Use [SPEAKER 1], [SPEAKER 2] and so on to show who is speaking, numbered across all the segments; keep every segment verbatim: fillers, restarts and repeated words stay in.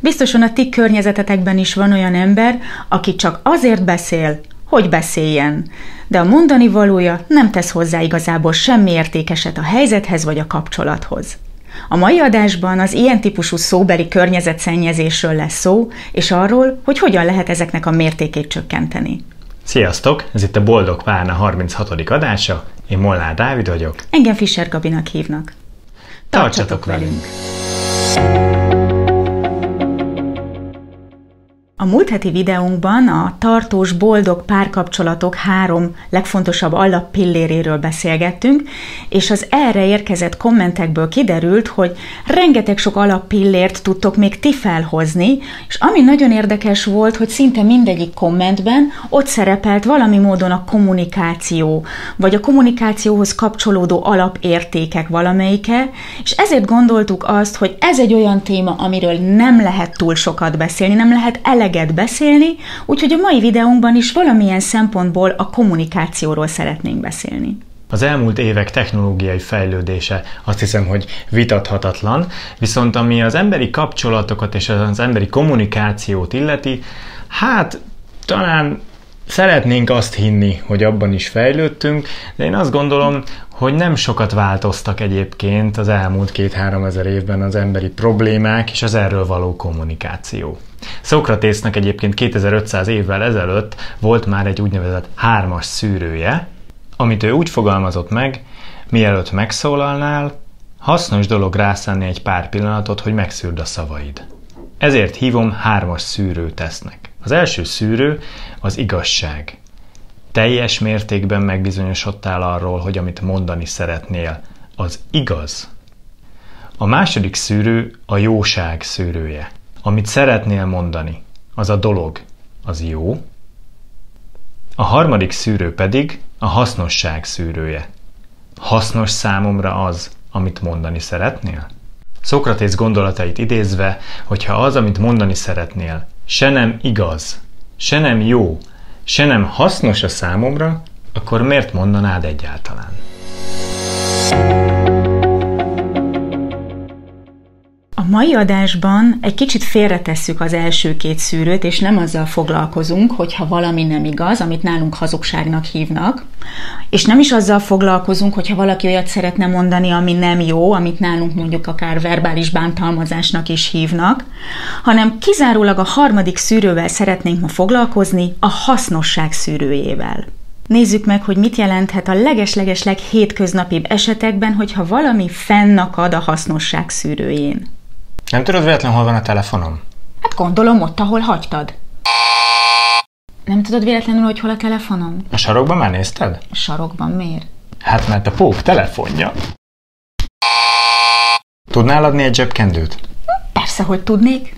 [SPEAKER 1] Biztosan a ti környezetetekben is van olyan ember, aki csak azért beszél, hogy beszéljen, de a mondani valója nem tesz hozzá igazából semmi értékeset a helyzethez vagy a kapcsolathoz. A mai adásban az ilyen típusú szóbeli környezetszennyezésről lesz szó, és arról, hogy hogyan lehet ezeknek a mértékét csökkenteni.
[SPEAKER 2] Sziasztok! Ez itt a Boldog Párna harminchatodik adása, én Molnár Dávid vagyok.
[SPEAKER 1] Engem Fischer Gabinak hívnak.
[SPEAKER 2] Tartsatok velünk!
[SPEAKER 1] A múlt heti videónkban a tartós, boldog párkapcsolatok három legfontosabb alappilléréről beszélgettünk, és az erre érkezett kommentekből kiderült, hogy rengeteg sok alappillért tudtok még ti felhozni, és ami nagyon érdekes volt, hogy szinte mindegyik kommentben ott szerepelt valami módon a kommunikáció, vagy a kommunikációhoz kapcsolódó alapértékek valamelyike, és ezért gondoltuk azt, hogy ez egy olyan téma, amiről nem lehet túl sokat beszélni, nem lehet eleget beszélni, úgyhogy a mai videónkban is valamilyen szempontból a kommunikációról szeretnénk beszélni.
[SPEAKER 2] Az elmúlt évek technológiai fejlődése azt hiszem, hogy vitathatatlan, viszont ami az emberi kapcsolatokat és az emberi kommunikációt illeti, hát talán szeretnénk azt hinni, hogy abban is fejlődtünk, de én azt gondolom, hogy nem sokat változtak egyébként az elmúlt két-három ezer évben az emberi problémák és az erről való kommunikáció. Szokratésznek egyébként kétezer-ötszáz évvel ezelőtt volt már egy úgynevezett hármas szűrője, amit ő úgy fogalmazott meg, mielőtt megszólalnál, hasznos dolog rászánni egy pár pillanatot, hogy megszűrd a szavaid. Ezért hívom hármas szűrőtesztnek. Az első szűrő az igazság. Teljes mértékben megbizonyosodtál arról, hogy amit mondani szeretnél, az igaz. A második szűrő a jóság szűrője. Amit szeretnél mondani, az a dolog, az jó. A harmadik szűrő pedig a hasznosság szűrője. Hasznos számomra az, amit mondani szeretnél? Szokratész gondolatait idézve, hogyha az, amit mondani szeretnél, se nem igaz, se nem jó, se nem hasznos a számomra, akkor miért mondanád egyáltalán?
[SPEAKER 1] A mai adásban egy kicsit félretesszük az első két szűrőt, és nem azzal foglalkozunk, hogyha valami nem igaz, amit nálunk hazugságnak hívnak, és nem is azzal foglalkozunk, hogyha valaki olyat szeretne mondani, ami nem jó, amit nálunk mondjuk akár verbális bántalmazásnak is hívnak, hanem kizárólag a harmadik szűrővel szeretnénk ma foglalkozni, a hasznosság szűrőjével. Nézzük meg, hogy mit jelenthet a leges-leges leghétköznapibb esetekben, hogyha valami fennakad a hasznosság szűrőjén.
[SPEAKER 2] Nem tudod véletlenül, hol van a telefonom?
[SPEAKER 1] Hát gondolom ott, ahol hagytad. Nem tudod véletlenül, hogy hol a telefonom?
[SPEAKER 2] A sarokban már nézted?
[SPEAKER 1] A sarokban miért?
[SPEAKER 2] Hát mert a pók telefonja. Tudnál adni egy zsebkendőt?
[SPEAKER 1] Persze, hogy tudnék.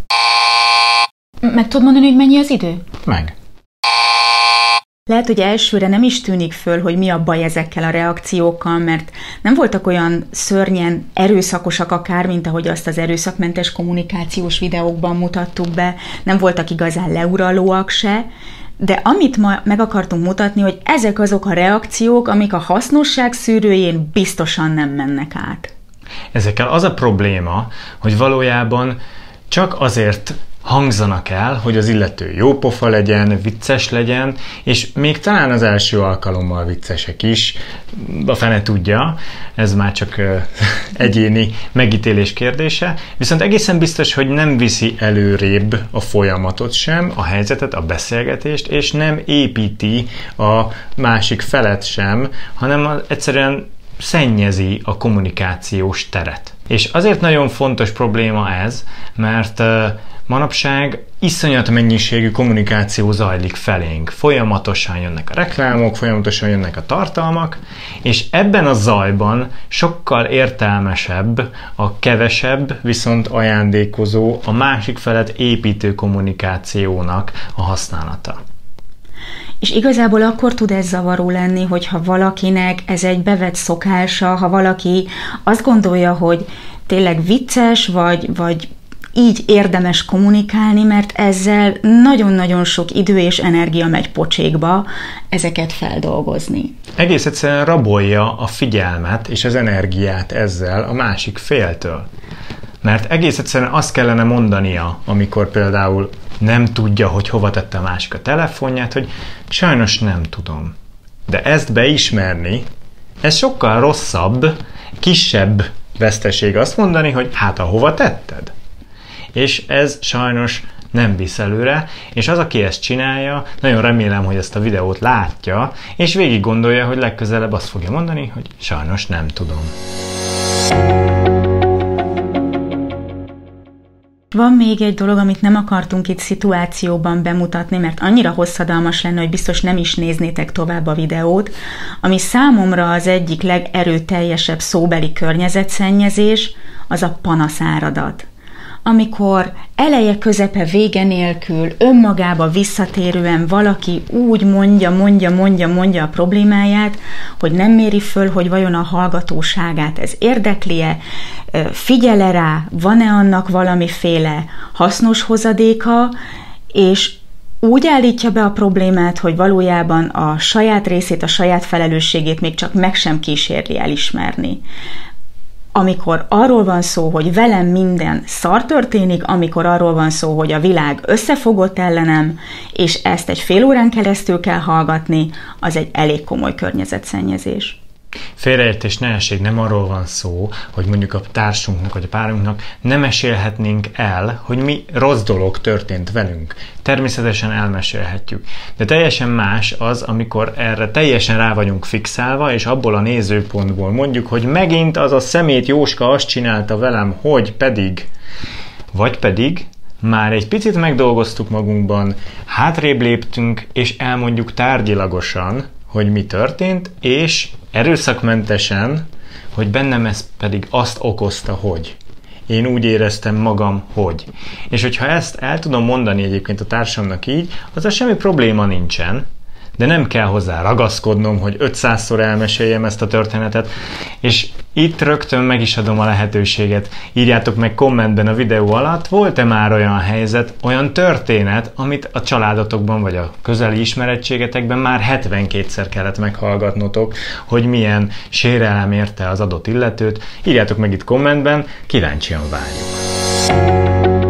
[SPEAKER 1] Meg tudod mondani, hogy mennyi az idő?
[SPEAKER 2] Meg.
[SPEAKER 1] Lehet, hogy elsőre nem is tűnik föl, hogy mi a baj ezekkel a reakciókkal, mert nem voltak olyan szörnyen erőszakosak akár, mint ahogy azt az erőszakmentes kommunikációs videókban mutattuk be, nem voltak igazán leuralóak se, de amit ma meg akartunk mutatni, hogy ezek azok a reakciók, amik a hasznosság szűrőjén biztosan nem mennek át.
[SPEAKER 2] Ezekkel az a probléma, hogy valójában csak azért hangzanak el, hogy az illető jópofa legyen, vicces legyen, és még talán az első alkalommal viccesek is, a fene tudja, ez már csak egyéni megítélés kérdése, viszont egészen biztos, hogy nem viszi előrébb a folyamatot sem, a helyzetet, a beszélgetést, és nem építi a másik felet sem, hanem egyszerűen szennyezi a kommunikációs teret. És azért nagyon fontos probléma ez, mert manapság iszonyat mennyiségű kommunikáció zajlik felénk. Folyamatosan jönnek a reklámok, folyamatosan jönnek a tartalmak, és ebben a zajban sokkal értelmesebb a kevesebb, viszont ajándékozó, a másik felet építő kommunikációnak a használata.
[SPEAKER 1] És igazából akkor tud ez zavaró lenni, hogyha valakinek ez egy bevett szokása, ha valaki azt gondolja, hogy tényleg vicces, vagy, vagy így érdemes kommunikálni, mert ezzel nagyon-nagyon sok idő és energia megy pocsékba ezeket feldolgozni.
[SPEAKER 2] Egész egyszerűen rabolja a figyelmet és az energiát ezzel a másik féltől. Mert egész egyszerűen azt kellene mondania, amikor például nem tudja, hogy hova tette a másik a telefonját, hogy sajnos nem tudom. De ezt beismerni, ez sokkal rosszabb, kisebb veszteség azt mondani, hogy hát a hova tetted? És ez sajnos nem visz előre, és az, aki ezt csinálja, nagyon remélem, hogy ezt a videót látja, és végig gondolja, hogy legközelebb azt fogja mondani, hogy sajnos nem tudom.
[SPEAKER 1] Van még egy dolog, amit nem akartunk itt szituációban bemutatni, mert annyira hosszadalmas lenne, hogy biztos nem is néznétek tovább a videót, ami számomra az egyik legerőteljesebb szóbeli környezetszennyezés, az a panaszáradat. Amikor eleje, közepe, vége nélkül, önmagába visszatérően valaki úgy mondja, mondja, mondja, mondja a problémáját, hogy nem méri föl, hogy vajon a hallgatóságát ez érdekli-e, figyel-e rá, van-e annak valamiféle hasznos hozadéka, és úgy állítja be a problémát, hogy valójában a saját részét, a saját felelősségét még csak meg sem kísérli elismerni. Amikor arról van szó, hogy velem minden szar történik, amikor arról van szó, hogy a világ összefogott ellenem, és ezt egy fél órán keresztül kell hallgatni, az egy elég komoly környezetszennyezés.
[SPEAKER 2] Félreértés ne essék, nem arról van szó, hogy mondjuk a társunknak vagy a párunknak nem mesélhetnénk el, hogy mi rossz dolog történt velünk. Természetesen elmesélhetjük. De teljesen más az, amikor erre teljesen rá vagyunk fixálva, és abból a nézőpontból mondjuk, hogy megint az a szemét Jóska azt csinálta velem, hogy pedig, vagy pedig már egy picit megdolgoztuk magunkban, hátrébb léptünk, és elmondjuk tárgyilagosan, hogy mi történt, és erőszakmentesen, hogy bennem ez pedig azt okozta, hogy. Én úgy éreztem magam, hogy. És hogyha ezt el tudom mondani egyébként a társamnak így, azzal semmi probléma nincsen, de nem kell hozzá ragaszkodnom, hogy ötszázszor elmeséljem ezt a történetet, és itt rögtön meg is adom a lehetőséget. Írjátok meg kommentben a videó alatt, volt-e már olyan helyzet, olyan történet, amit a családotokban vagy a közeli ismerettségetekben már hetvenkétszer kellett meghallgatnotok, hogy milyen sérelem érte az adott illetőt. Írjátok meg itt kommentben, kíváncsian várjuk.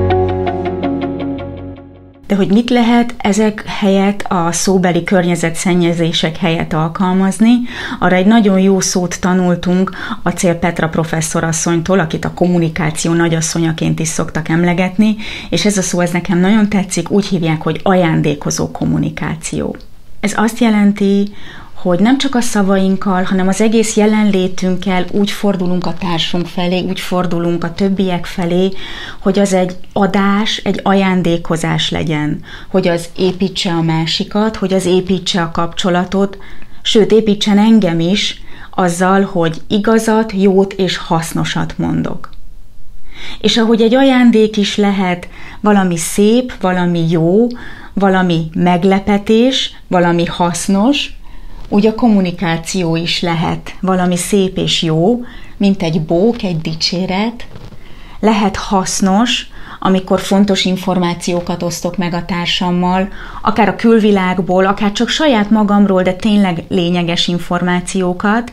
[SPEAKER 1] De hogy mit lehet ezek helyett, a szóbeli környezetszennyezések helyett alkalmazni, arra egy nagyon jó szót tanultunk Acél Petra professzorasszonytól, akit a kommunikáció nagyasszonyaként is szoktak emlegetni, és ez a szó ez nekem nagyon tetszik, úgy hívják, hogy ajándékozó kommunikáció. Ez azt jelenti, hogy nem csak a szavainkkal, hanem az egész jelenlétünkkel úgy fordulunk a társunk felé, úgy fordulunk a többiek felé, hogy az egy adás, egy ajándékozás legyen, hogy az építse a másikat, hogy az építse a kapcsolatot, sőt, építsen engem is azzal, hogy igazat, jót és hasznosat mondok. És ahogy egy ajándék is lehet valami szép, valami jó, valami meglepetés, valami hasznos, úgy a kommunikáció is lehet valami szép és jó, mint egy bók, egy dicséret. Lehet hasznos, amikor fontos információkat osztok meg a társammal, akár a külvilágból, akár csak saját magamról, de tényleg lényeges információkat.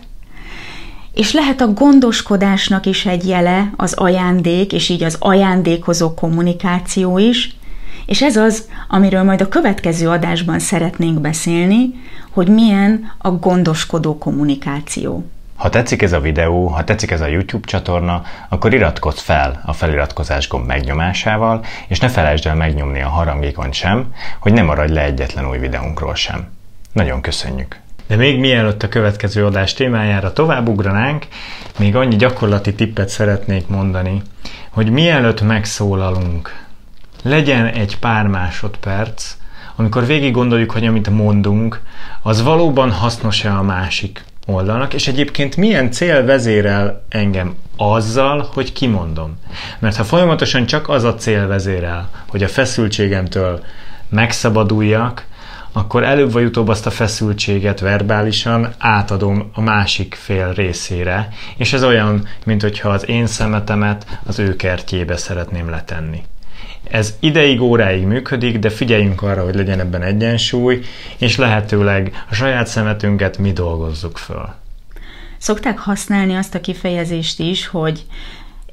[SPEAKER 1] És lehet a gondoskodásnak is egy jele, az ajándék, és így az ajándékozó kommunikáció is, és ez az, amiről majd a következő adásban szeretnénk beszélni, hogy milyen a gondoskodó kommunikáció.
[SPEAKER 2] Ha tetszik ez a videó, ha tetszik ez a YouTube csatorna, akkor iratkozz fel a feliratkozás gomb megnyomásával, és ne felejtsd el megnyomni a harangikont sem, hogy ne maradj le egyetlen új videónkról sem. Nagyon köszönjük! De még mielőtt a következő adás témájára továbbugranánk, még annyi gyakorlati tippet szeretnék mondani, hogy mielőtt megszólalunk, legyen egy pár másodperc, amikor végig gondoljuk, hogy amit mondunk, az valóban hasznos-e a másik oldalnak, és egyébként milyen cél vezérel engem azzal, hogy kimondom. Mert ha folyamatosan csak az a cél vezérel, hogy a feszültségemtől megszabaduljak, akkor előbb vagy utóbb azt a feszültséget verbálisan átadom a másik fél részére, és ez olyan, mint hogyha az én szemetemet az ő kertjébe szeretném letenni. Ez ideig, óráig működik, de figyeljünk arra, hogy legyen ebben egyensúly, és lehetőleg a saját szemetünket mi dolgozzuk föl.
[SPEAKER 1] Szokták használni azt a kifejezést is, hogy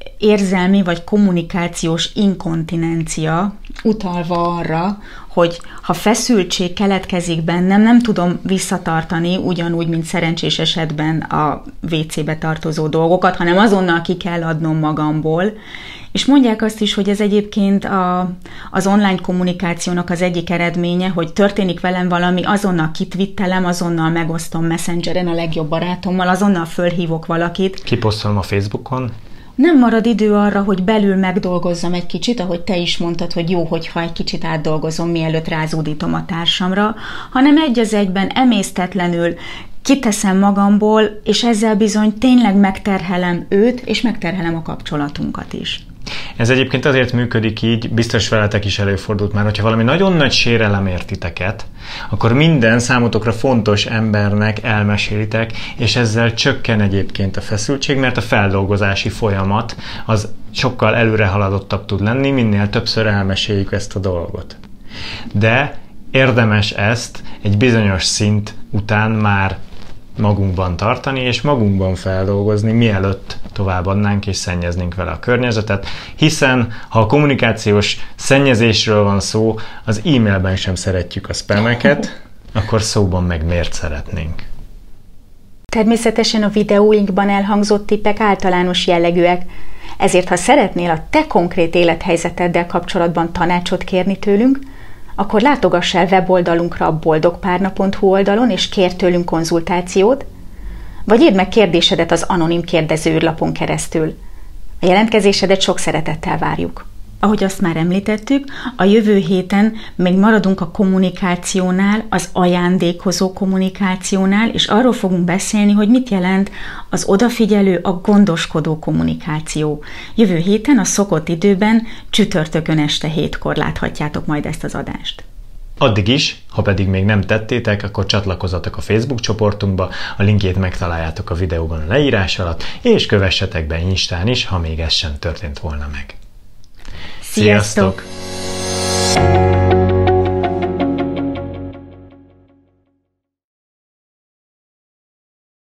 [SPEAKER 1] érzelmi vagy kommunikációs inkontinencia, utalva arra, hogy ha feszültség keletkezik bennem, nem tudom visszatartani ugyanúgy, mint szerencsés esetben a vé cébe tartozó dolgokat, hanem azonnal ki kell adnom magamból. És mondják azt is, hogy ez egyébként a, az online kommunikációnak az egyik eredménye, hogy történik velem valami, azonnal kitvittelem, azonnal megosztom Messengeren a legjobb barátommal, azonnal fölhívok valakit.
[SPEAKER 2] Kiposztolom a Facebookon.
[SPEAKER 1] Nem marad idő arra, hogy belül megdolgozzam egy kicsit, ahogy te is mondtad, hogy jó, hogyha egy kicsit átdolgozom, mielőtt rázúdítom a társamra, hanem egy az egyben emésztetlenül kiteszem magamból, és ezzel bizony tényleg megterhelem őt, és megterhelem a kapcsolatunkat is.
[SPEAKER 2] Ez egyébként azért működik így, biztos veletek is előfordult már, hogyha valami nagyon nagy sérelem ért titeket, akkor minden számotokra fontos embernek elmesélitek, és ezzel csökken egyébként a feszültség, mert a feldolgozási folyamat az sokkal előrehaladottabb tud lenni, minél többször elmeséljük ezt a dolgot. De érdemes ezt egy bizonyos szint után már magunkban tartani, és magunkban feldolgozni, mielőtt továbbadnánk és szennyeznénk vele a környezetet, hiszen ha a kommunikációs szennyezésről van szó, az e-mailben sem szeretjük a spameket, akkor szóban meg miért szeretnénk.
[SPEAKER 1] Természetesen a videóinkban elhangzott tippek általános jellegűek, ezért ha szeretnél a te konkrét élethelyzeteddel kapcsolatban tanácsot kérni tőlünk, akkor látogass el weboldalunkra a boldogpárna pont hu oldalon, és kérj tőlünk konzultációt, vagy írd meg kérdésedet az anonim kérdezőrlapon keresztül. A jelentkezésedet sok szeretettel várjuk. Ahogy azt már említettük, a jövő héten még maradunk a kommunikációnál, az ajándékozó kommunikációnál, és arról fogunk beszélni, hogy mit jelent az odafigyelő, a gondoskodó kommunikáció. Jövő héten a szokott időben, csütörtökön este hétkor láthatjátok majd ezt az adást.
[SPEAKER 2] Addig is, ha pedig még nem tettétek, akkor csatlakozzatok a Facebook csoportunkba, a linkjét megtaláljátok a videóban a leírás alatt, és kövessetek be Instán is, ha még ez sem történt volna meg.
[SPEAKER 1] Sziasztok! Sziasztok!